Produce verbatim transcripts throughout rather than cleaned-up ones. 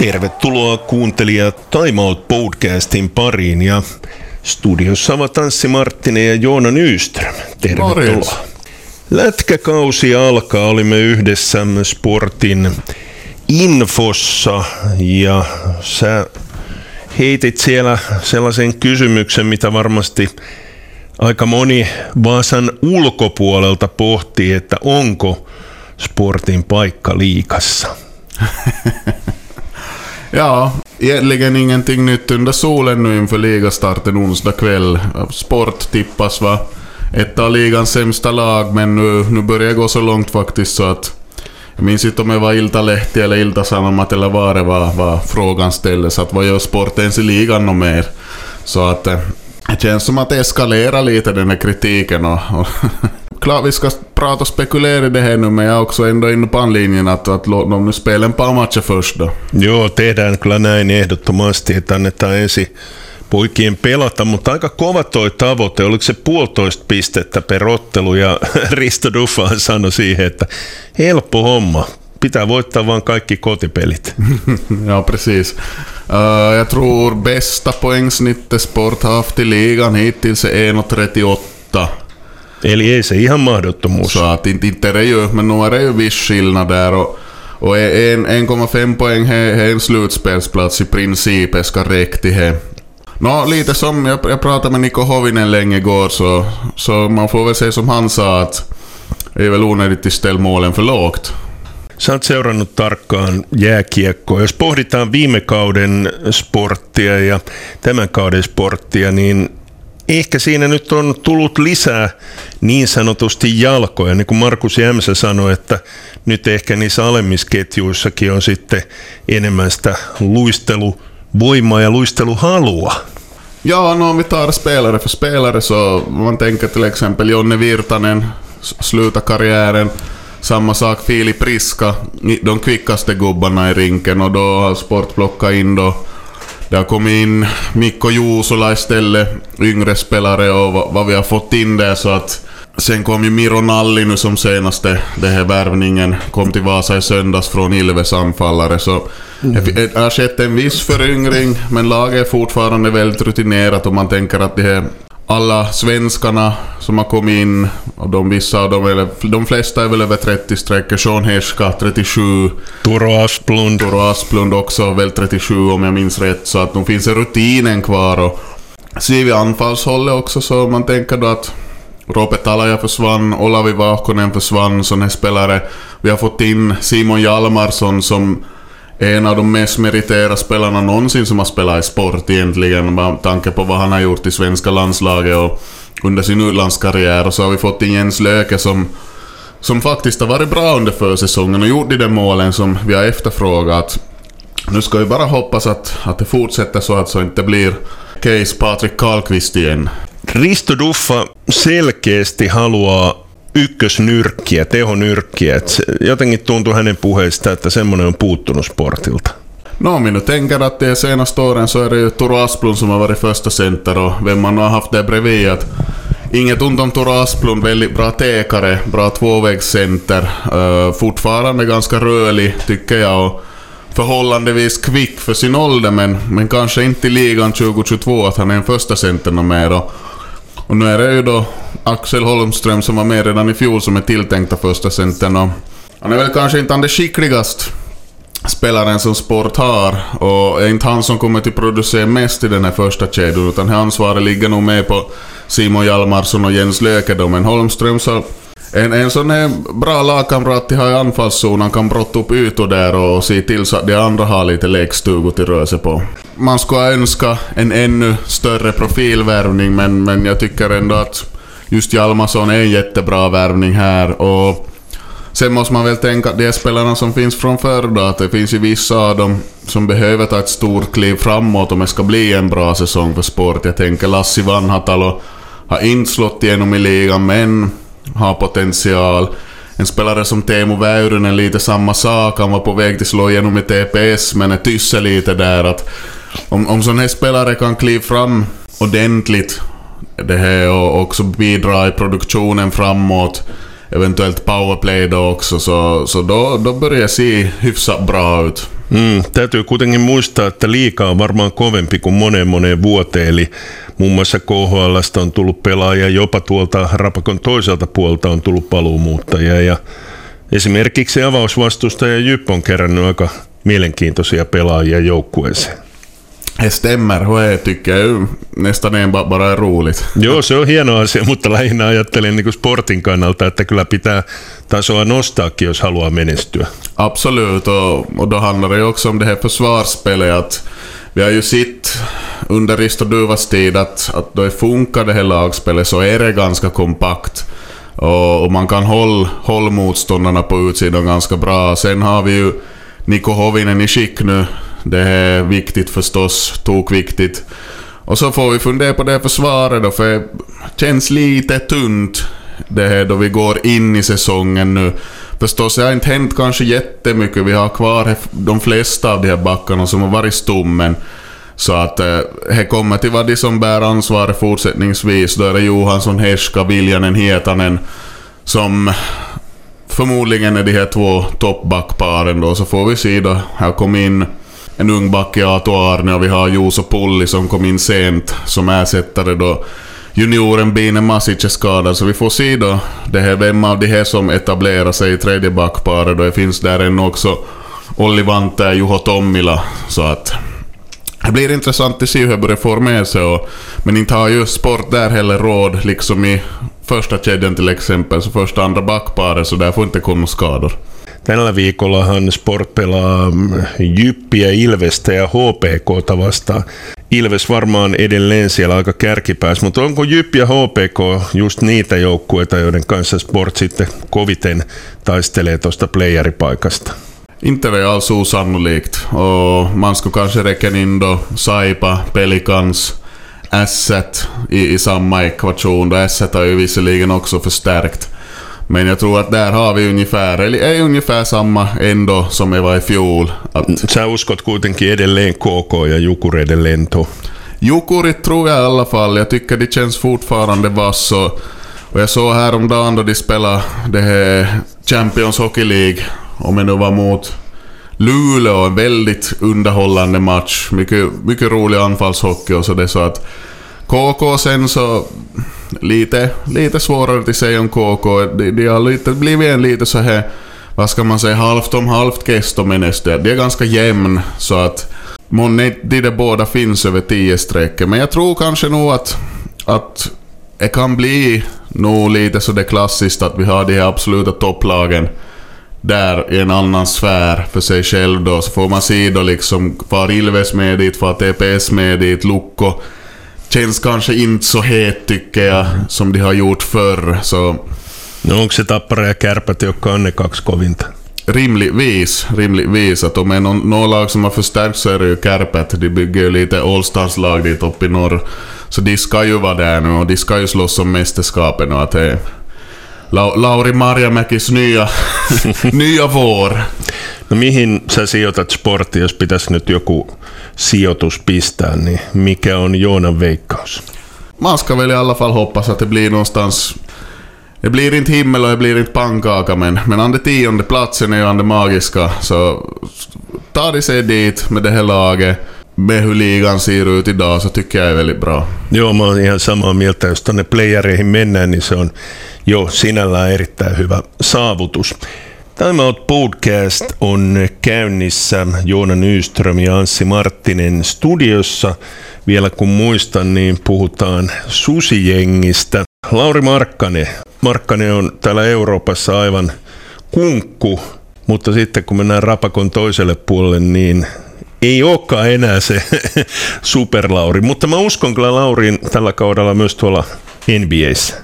Tervetuloa kuuntelija Time Out podcastin pariin ja studiossa ovat Anssi Marttinen ja Joona Nyström. Tervetuloa. Morjens. Lätkäkausi alkaa, olimme yhdessä Sportin infossa ja sä heitit siellä sellaisen kysymyksen, mitä varmasti aika moni Vaasan ulkopuolelta pohtii, että onko Sportin paikka liigassa? Ja, egentligen ingenting nytt under solen nu inför ligastarten onsdag kväll. Sport tippas va ett av ligans sämsta lag, men nu, nu börjar det gå så långt faktiskt så att jag minns inte om det var Iltalehti eller Iltasanomat eller vad det var, var frågan ställdes, att vad gör Sport ens i ligan och mer. Så att det känns som att det eskalerar lite den här kritiken och, och klart vi ska prata och spekulera i det här nu, men jag är också ändå inne på anlinjen att, att låt dem nu spela en par matcher först då. Joo, tehdään kyllä näin ehdottomasti, että annetaan ensin poikien pelata, mutta aika kova toi tavoite, oliko se puolitoista pistettä per ottelu, ja Risto Duffa sanoi siihen, että helppo homma, pitää voittaa vaan kaikki kotipelit. Ja, precis. Uh, jag tror bästa poängsnittet Sport har haft i ligan hittills är en komma trettioåtta. Eli ei se ihan mahdottomuus. Så att inte, inte det ju, men nu är det ju viss skillnad där och, och en, en komma fem poäng är en slutspelsplats i princip ska räcka till det. Nå, lite som jag, jag pratade med Niko Hovinen länge igår, så, så man får väl säga som han sa att det är väl onödigt att ställa målen för lågt. Sä oot seurannut tarkkaan jääkiekkoa. Jos pohditaan viime kauden sporttia ja tämän kauden sporttia, niin ehkä siinä nyt on tullut lisää niin sanotusti jalkoja. Niin kuin Markus Jämsä sanoi, että nyt ehkä niissä alemmisketjuissakin on sitten enemmän sitä luisteluvoimaa ja luisteluhalua. Ja, no, om vi tar spelare för spelare så man tänker till exempel Jonne Virtanen slutar karriären. Samma sak Filip Riska, de kvickaste gubbarna i rinken, och då har Sport plockat in då. Det har kommit in Mikko Juusola istället, yngre spelare, och vad, vad vi har fått in där, så att sen kom ju Miro Nalli nu som senaste, det här värvningen kom till Vasa i söndags från Ilves anfallare, så mm. det har skett en viss föryngring, men laget är fortfarande väldigt rutinerat, och man tänker att det här alla svenskarna som har kommit in, och de vissa av dem är, de flesta är väl över trettio streck. Sean Heska trettiosju, Turo Asplund Turo Asplund också väl trettiosju om jag minns rätt, så att nu finns det rutinen kvar, och ser vi anfallshållet också, så man tänker då att Roope Talaja försvann, Olavi Vahkonen försvann, sån här spelare. Vi har fått in Simon Hjalmarsson som en av de mest meriterade spelarna någonsin som har spelat i Sport egentligen, med tanke på vad han har gjort i svenska landslaget och under sin utlandskarriär. Och så har vi fått in Jens Löke som, som faktiskt har varit bra under försäsongen och gjort de målen som vi har efterfrågat. Nu ska vi bara hoppas att, att det fortsätter så att så inte blir case Patrik Karlqvist igen. Risto Duffa selkeästi haluaa ykkösnyrkkiä, tehonyrkkiä. Et jotenkin tuntuu hänen puheista, että semmoinen on puuttunut Sportilta. No, om vi nu tänker att de senaste åren så är det ju Turo Asplund som har varit första center, och vem man har haft det bredvid. Att inget ont om Turo Asplund, väldigt bra tekare, bra tvåvägscenter, uh, fortfarande ganska rörlig tycker jag, och förhållandevis kvick för sin ålder, men, men kanske inte i ligan tjugo tjugotvå att han är en första center och mer. Och, och nu är det ju då Axel Holmström som var med redan i fjol som är tilltänkta första centern, och han är väl kanske inte den skickligast spelaren som Sport har, och är inte han som kommer till producera mest i den här första kedjan, utan ansvaret ligger nog med på Simon Hjalmarsson och Jens Löke då, men Holmström så en, en sån här bra lagkamrat till har i anfallszonen, kan brotta upp ytor där och se till så att de andra har lite lekstugor till rörelse på. Man ska önska en ännu större profilvärvning, men, men jag tycker ändå att just Hjalmarsson är en jättebra värvning här, och sen måste man väl tänka att de spelarna som finns från förr då, att det finns ju vissa av dem som behöver ta ett stort kliv framåt om det ska bli en bra säsong för Sport. Jag tänker Lassi Vanhatalo har inte slått igenom i ligan, men har potential. En spelare som Teemu Väyrynen, lite samma sak, han var på väg till slå igenom i T P S, men är tysse lite där. Att om, om sån här spelare kan kliva fram ordentligt det här och också bidra i produktionen framåt, eventuellt powerplay då också, så, så då, då börjar det se hyfsat bra ut. Mm, täytyy kuitenkin muistaa, että liiga on varmaan kovempi kuin moneen moneen vuoteen, eli muun muassa K H L:stä on tullut pelaajia, jopa tuolta Rapakon toiselta puolta on tullut paluumuuttajia, ja esimerkiksi avausvastustaja Jyp on kerännyt aika mielenkiintoisia pelaajia joukkueeseen. Det stämmer, och jag tycker ju nästan en bara är roligt. Joo, se on hieno asia, mutta lähinnä ajattelen niin kuin sportin kannalta, että kyllä pitää tasoa nostaakin, jos haluaa menestyä. Absolut, och, och då handlar det ju också om det här försvarsspelet, att vi har ju sett under Risto Duvas tid att, att då funkar det här lagspelet så är det ganska kompakt. Och, och man kan hålla, hålla motståndarna på utsidan ganska bra. Sen har vi ju Niko Hovinen i skick nu. Det är viktigt förstås, tokviktigt. Och så får vi fundera på det försvaret då, för det känns lite tunt det här då vi går in i säsongen nu. Förstås, det har inte hänt kanske jättemycket. Vi har kvar de flesta av de här backarna som har varit stommen. Så att eh, det kommer till vad de som bär ansvar fortsättningsvis. Då är det Johansson, Herska, Viljanen, Hietanen som förmodligen är de här två toppbackparen då. Så får vi se då. Här kom in en ung back i Ato Arne och vi har Juuso Pulli som kom in sent som ersättare då junioren Bine Masic är skadad, så vi får se då det här, vem av de här som etablerar sig i tredje backparet. Då det finns där en också Olli Vante och Juho Tommila, så att det blir intressant att se hur det börjar formera sig, och, men inte har ju sport där heller råd liksom i första kedjan till exempel, så första andra backparet, så där får inte komma skador. Tällä viikollahan Sport pelaa Jyppiä, Ilvestä ja H P K:ta vastaan. Ilves varmaan edelleen siellä aika kärkipäässä, mutta onko Jyppi ja H P K just niitä joukkueita, joiden kanssa Sport sitten koviten taistelee tuosta playeripaikasta? Inte det alls osannolikt, och man ska kanske räcka in då Saipa, Pelicans, Asset i, i samma ekvation. Då Asset har ju visserligen också förstärkt. Men jag tror att där har vi ungefär, eller är ungefär samma ändå som det var i fjol. Att sä uskot kuitenkin edelleen K K ja Jukureiden lento? Jukurit tror jag i alla fall. Jag tycker det känns fortfarande vass. Och, och jag såg häromdagen då de spelade det här Champions Hockey League, om det nu var mot Luleå, en väldigt underhållande match. Mycket, mycket rolig anfallshockey och så det, så att K K sen så lite, lite svårare att säga om K K. De, de har lite, blivit en lite så här, vad ska man säga, halvt om halvt gesto menester. Det är ganska jämn, så att många de där båda finns över tio sträckor. Men jag tror kanske nog att, att det kan bli nog lite så det klassiskt att vi har de här absoluta topplagen där i en annan sfär för sig själv då. Så får man se då liksom, var Ilves med dit, var T P S med dit, Lukko känns kanske inte så het tycker jag som de har gjort förr. Så no onko se Tappara ja Kärpät, jotka on ne kaksi kovinta? Rimligtvis, rimligtvis att om det är någon, någon lag som har förstärkt så är det ju Kärpät. De bygger ju lite All-Stars-lag dit upp i norr. Så de ska ju vara där nu och de ska ju slåss om mästerskapen, och att det är La- Lauri Marjamäkis nya, nya vår. No mihin sä sijoitat Sportti, jos pitäisi nyt joku sijoitus pistää, niin mikä on Joonan veikkaus? Man ska väl i alla fall hoppas att det blir någonstans. Det blir inte himmel och det blir inte pannkaka, men, men an det tionde platsen är ju an det magiska. Så tar de sig dit med det här laget, med hur ligan ser ut idag, så tycker jag är väldigt bra. Joo, mä oon ihan samaa mieltä. Jos tonne playereihin mennään, niin se on jo sinällään erittäin hyvä saavutus. Time Out Podcast on käynnissä Joona Nyström ja Anssi Marttinen studiossa. Vielä kun muistan, niin puhutaan susijengistä. Lauri Markkanen. Markkanen on täällä Euroopassa aivan kunkku, mutta sitten kun mennään Rapakon toiselle puolelle, niin ei olekaan enää se superlauri. Mutta mä uskon kyllä Lauriin tällä kaudella myös tuolla N B A:ssä.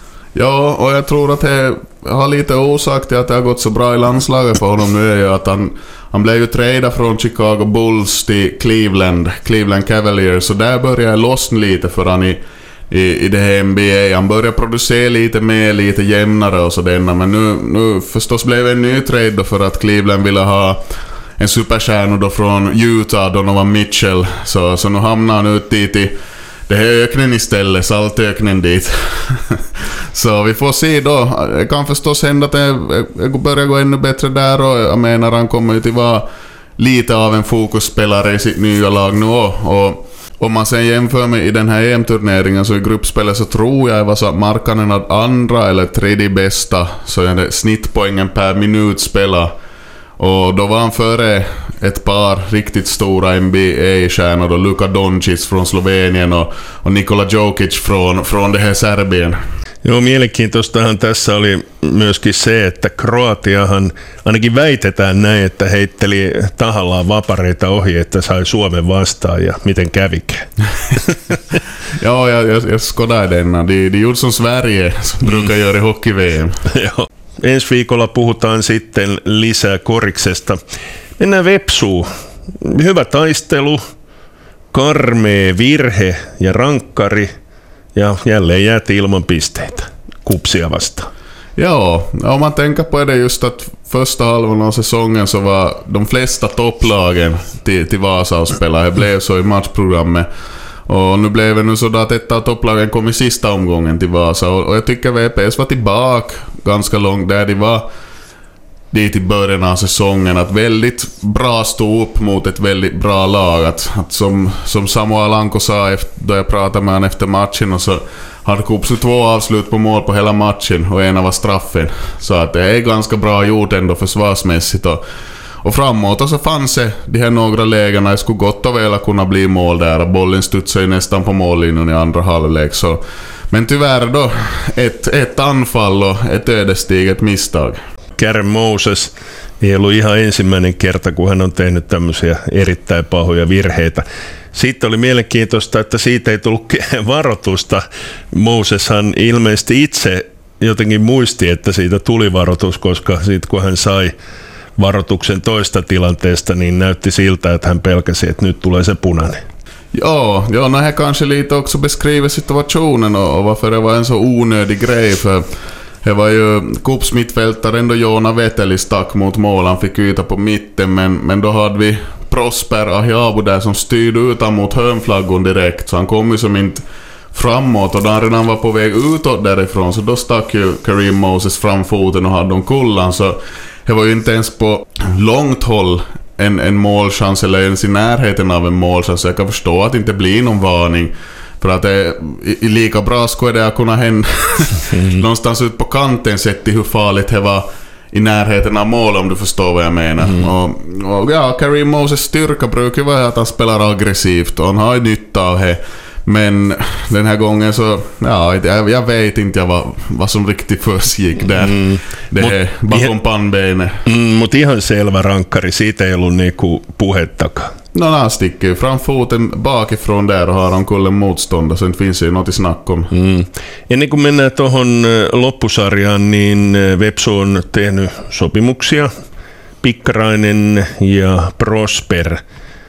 Ja, och jag tror att det har lite orsak till att det har gått så bra i landslaget för honom nu är ju att han, han blev ju tradad från Chicago Bulls till Cleveland, Cleveland Cavaliers, så där börjar jag lossna lite för han i, i, i det här N B A. Han börjar producera lite mer, lite jämnare och sådär, men nu, nu förstås blev det en ny trade då för att Cleveland ville ha en superstjärna då från Utah, Donovan Mitchell, så, så nu hamnar han ut dit i det här öknen istället, saltöknen dit. Så vi får se då. Det kan förstås hända att det börjar gå ännu bättre där, och jag menar han kommer ju till vara lite av en fokusspelare i sitt nya lag nu. Och om man sen jämför med i den här E M-turneringen så i gruppspelet så tror jag var så att Markkanen hade andra eller tredje bästa så är det snittpoängen per minut spela. Och då var han före ett par riktigt stora N B A-stjärnor då, Luka Doncic från Slovenien och, och Nikola Jokic från, från det här Serbien. Joo, mielenkiintoistahan tässä oli myöskin se, että Kroatiahan ainakin väitetään näin, että heitteli tahallaan vapareita ohi, että sai Suomen vastaan ja miten kävikään. Ja, jag, jag, jag skådar denna. De, de gjorde som Sverige som brukar göra i hockey-V M. Joo. Ensi viikolla puhutaan sitten lisää koriksesta. Mennään Vepsuun. Hyvä taistelu, karmea virhe ja rankkari. Ja jälleen jäätiin ilman pisteitä Kupsia vastaan. Ja, om man tänker på det just att första halvan av säsongen så var de flesta topplagen till, till Vasa och spela. Det blev så i matchprogrammet. Och nu blev det nu så att ett av topplagen kom i sista omgången till Vasa. Och, och jag tycker V P S var tillbaka ganska långt där de var dit i början av säsongen. Att väldigt bra stå upp mot ett väldigt bra lag. Att, att som, som Samuel Alanko sa efter, då jag pratade med honom efter matchen och så hade Kupsu två avslut på mål på hela matchen och ena var straffen. Så att det är ganska bra gjort ändå försvarsmässigt. Och, och framåt och så fanns det de här några lägena. Det skulle gott och väl kunna bli mål där. Och bollen studsade ju nästan på mållinjen i andra halvlek. Så, men tyvärr då ett, ett anfall och ett ödesdigert misstag. Kärren Moses ei ollut ihan ensimmäinen kerta, kun hän on tehnyt tämmöisiä erittäin pahoja virheitä. Siitä oli mielenkiintoista, että siitä ei tullut varoitusta. Moseshan ilmeisesti itse jotenkin muisti, että siitä tuli varoitus, koska siitä kun hän sai varoituksen toista tilanteesta, niin näytti siltä, että hän pelkäsi, että nyt tulee se punainen. Ja, ja no här kanske lite också beskriver situationen och varför det var en så onödig grej för det var ju Kups mittfältare ändå Joona Veteli stack mot mål, han fick yta på mitten men, men då hade vi Prosper Ahiabu där som styrde utan mot hörnflaggon direkt så han kom ju som inte framåt och då han redan var på väg utåt därifrån så då stack ju Kareem Moses fram foten och hade om kullan så det var ju inte ens på långt håll en, en målchans eller ens i närheten av en målchans så jag kan förstå att det inte blir någon varning. För att det i lika bra skulle det kunna hända mm. någonstans ut på kanten sett till hur farligt det var i närheten av mål om du förstår vad jag menar. Mm. Och, och ja, Kareem Moses styrka brukar vara att han spelar aggressivt och han har ju nytta av det. Men den här gången så, ja, jag, jag vet inte vad, vad som riktigt försiggick där. Mm. Det är bakom pannbenet. Mm, mutta ihan selvä rankkari, siitä ei ollut niinku puhettakaan. No, han sticker ju fram foten bakifrån där och har omkull en motståndare, så det finns ju något i snack om. Mm. Ennen kuin mennään tuohon loppusarjaan, niin Vepsu on tehnyt sopimuksia. Pikkarainen ja Prosper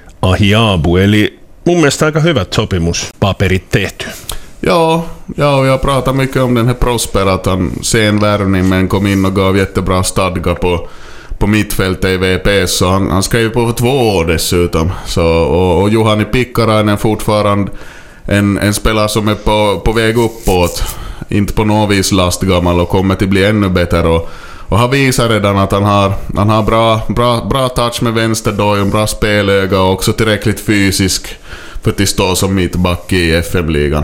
Ahiabu, eli mun mielestä aika hyvät sopimuspaperit tehty. Ja, ja, jag pratar mycket om den här Prosper, att han sen värvning men kom in och gav jättebra stadga på på mittfältet i V P S så han, han skrev på för två år dessutom så, och, och Juhani Pikkarainen fortfarande en, en spelare som är på, på väg uppåt, inte på något vis lastgammal och kommer till bli ännu bättre och, och har visat redan att han har, han har bra, bra, bra touch med vänsterdoj, bra spelöga och också tillräckligt fysisk för att stå som mittback i F M-ligan.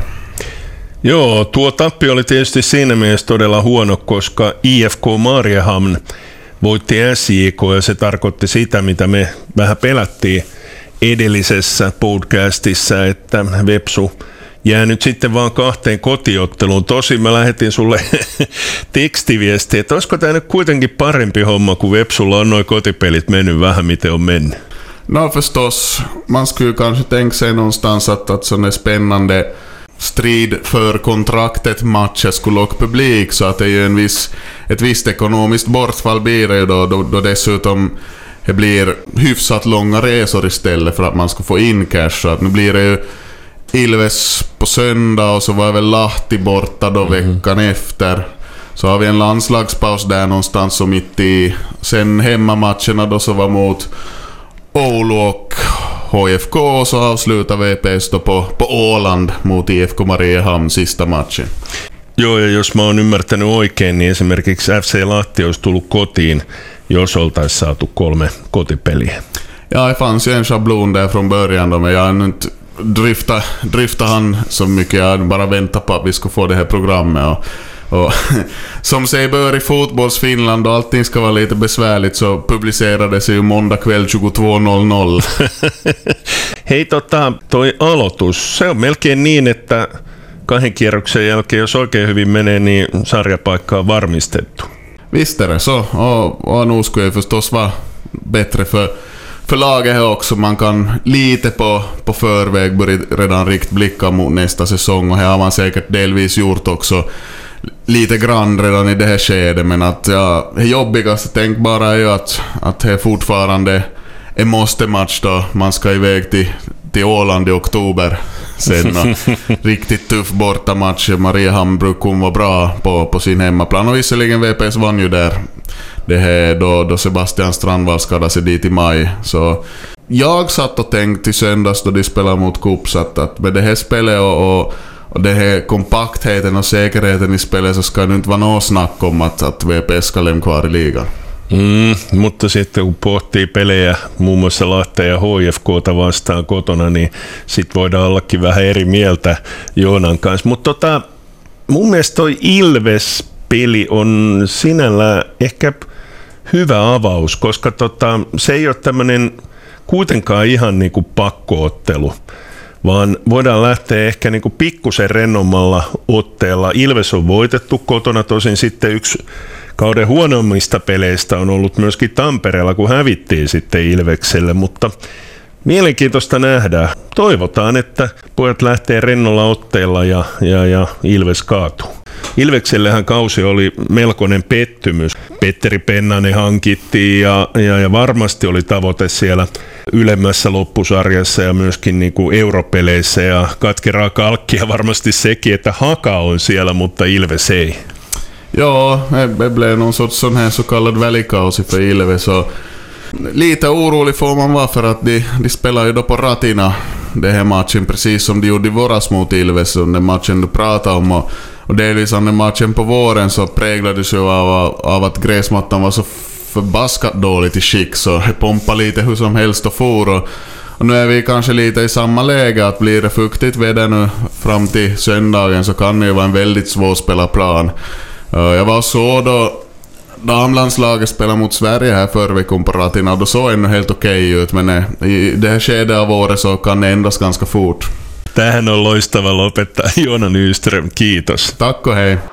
Joo, tuo tappi oli tietysti siinä mielessä todella huono, koska I F K Mariehamn voitti S J K ja se tarkoitti sitä, mitä me vähän pelättiin edellisessä podcastissa, että Vepsu jää nyt sitten vaan kahteen kotiotteluun. Tosin mä lähetin sulle tekstiviestiä, että olisiko tämä nyt kuitenkin parempi homma, kun Vepsulla on noi kotipelit mennyt vähän miten on mennyt. No förstås, man skulle kanske tänka sig någonstans att, att sån är spännande strid för kontraktet matcher skulle locka publik så att det är ju en viss, ett visst ekonomiskt bortfall blir det då, då, då dessutom det blir hyfsat långa resor istället för att man ska få in cash så att nu blir det ju Ilves på söndag och så var väl Lahti borta då mm. veckan efter så har vi en landslagspaus där någonstans som mitt i sen hemmamatcherna då så var mot Oulu och H F K och så avslutar V P S då på, på Åland mot I F K Mariehamn sista matchen. Joo, ja jos mä oon ymmärtänyt oikein, niin esimerkiksi F C Lahti olisi tullut kotiin, jos oltaisiin saatu kolme kotipeliä. Ja, det fanns ju en schablon där från början då, men jag har inte dryftat, dryftat han så mycket. Jag bara väntar på att vi ska få det här programmet. Och, och som sig bör i fotbollsfinland och allting ska vara lite besvärligt, så publicerades ju måndag kväll tjugotvå noll noll. Hei, tota, toi aloitus, se on melkein niin, että kahden kierroksen jälkeen, jos oikein hyvin menee, niin sarjapaikka on varmistettu. Visst är det så, och, och nu skulle jag förstås vara bättre för, för laget här också. Man kan lite på, på förväg börja redan rikt blicka mot nästa säsong, och här har man säkert delvis gjort också lite grann redan i det här skedet, men att ja, det jobbigaste tänk bara är ju att, att det fortfarande är måste match då man ska iväg till, till Åland i oktober sen. Riktigt tuff bortamatch. Mariehamn brukar vara bra på, på sin hemmaplan, och visserligen V P S vann ju där det här då, då Sebastian Strandvall skadade sig dit i maj. Så jag satt och tänkte i söndags då de spelade mot Kups att, att med det här spelet och, och Och det här kompaktheten och säkerheten i spelet, så ska det inte vara något snack om att, att V P S ska lämna kvar i ligan. Mm, mutta sitten kun pohtii pelejä muun muassa Lahtea ja H F K:ta vastaan kotona, niin sit voidaan ollakin vähän eri mieltä Joonan kanssa. Mutta tota, mun mielestä toi Ilves-peli on sinällään ehkä hyvä avaus, koska tota, se ei ole tämmöinen kuitenkaan ihan niinku pakkoottelu, vaan voidaan lähteä ehkä niin kuin pikkusen rennommalla otteella. Ilves on voitettu kotona, tosin sitten yksi kauden huonoimmista peleistä on ollut myöskin Tampereella, kun hävittiin sitten Ilvekselle, mutta mielenkiintoista nähdä. Toivotaan, että pojat lähtee rennolla otteella ja, ja, ja Ilves kaatuu. Ilveksellähän kausi oli melkoinen pettymys. Petteri Pennanen hankittiin ja, ja, ja varmasti oli tavoite siellä ylemmässä loppusarjassa ja myöskin niin kuin europeleissä, ja katkeraa kalkkia varmasti sekin, että Haka on siellä, mutta Ilves ei. Ja, det blev någon sorts sån här så kallad välikausi för Ilves, och lite orolig får man vara för att de, de spelar ju då på Ratina det här matchen, precis som de gjorde i våras mot Ilves, under matchen du pratade om, och, och delvis under matchen på våren så präglades ju av, av att gräsmattan var så förbaskat dåligt i skick, så det pumpade lite hur som helst och for, och, och nu är vi kanske lite i samma läge, att blir det fuktigt väder nu fram till söndagen så kan det ju vara en väldigt svår spelarplan. Jag var så då damlandslaget spelade mot Sverige här förra veckan på Ratina, och då såg ännu helt okej ut, men i det här skedet av året så kan det ändras ganska fort. Tämähän on loistava lopettaa. Joona Nyström, kiitos. Tack och hej.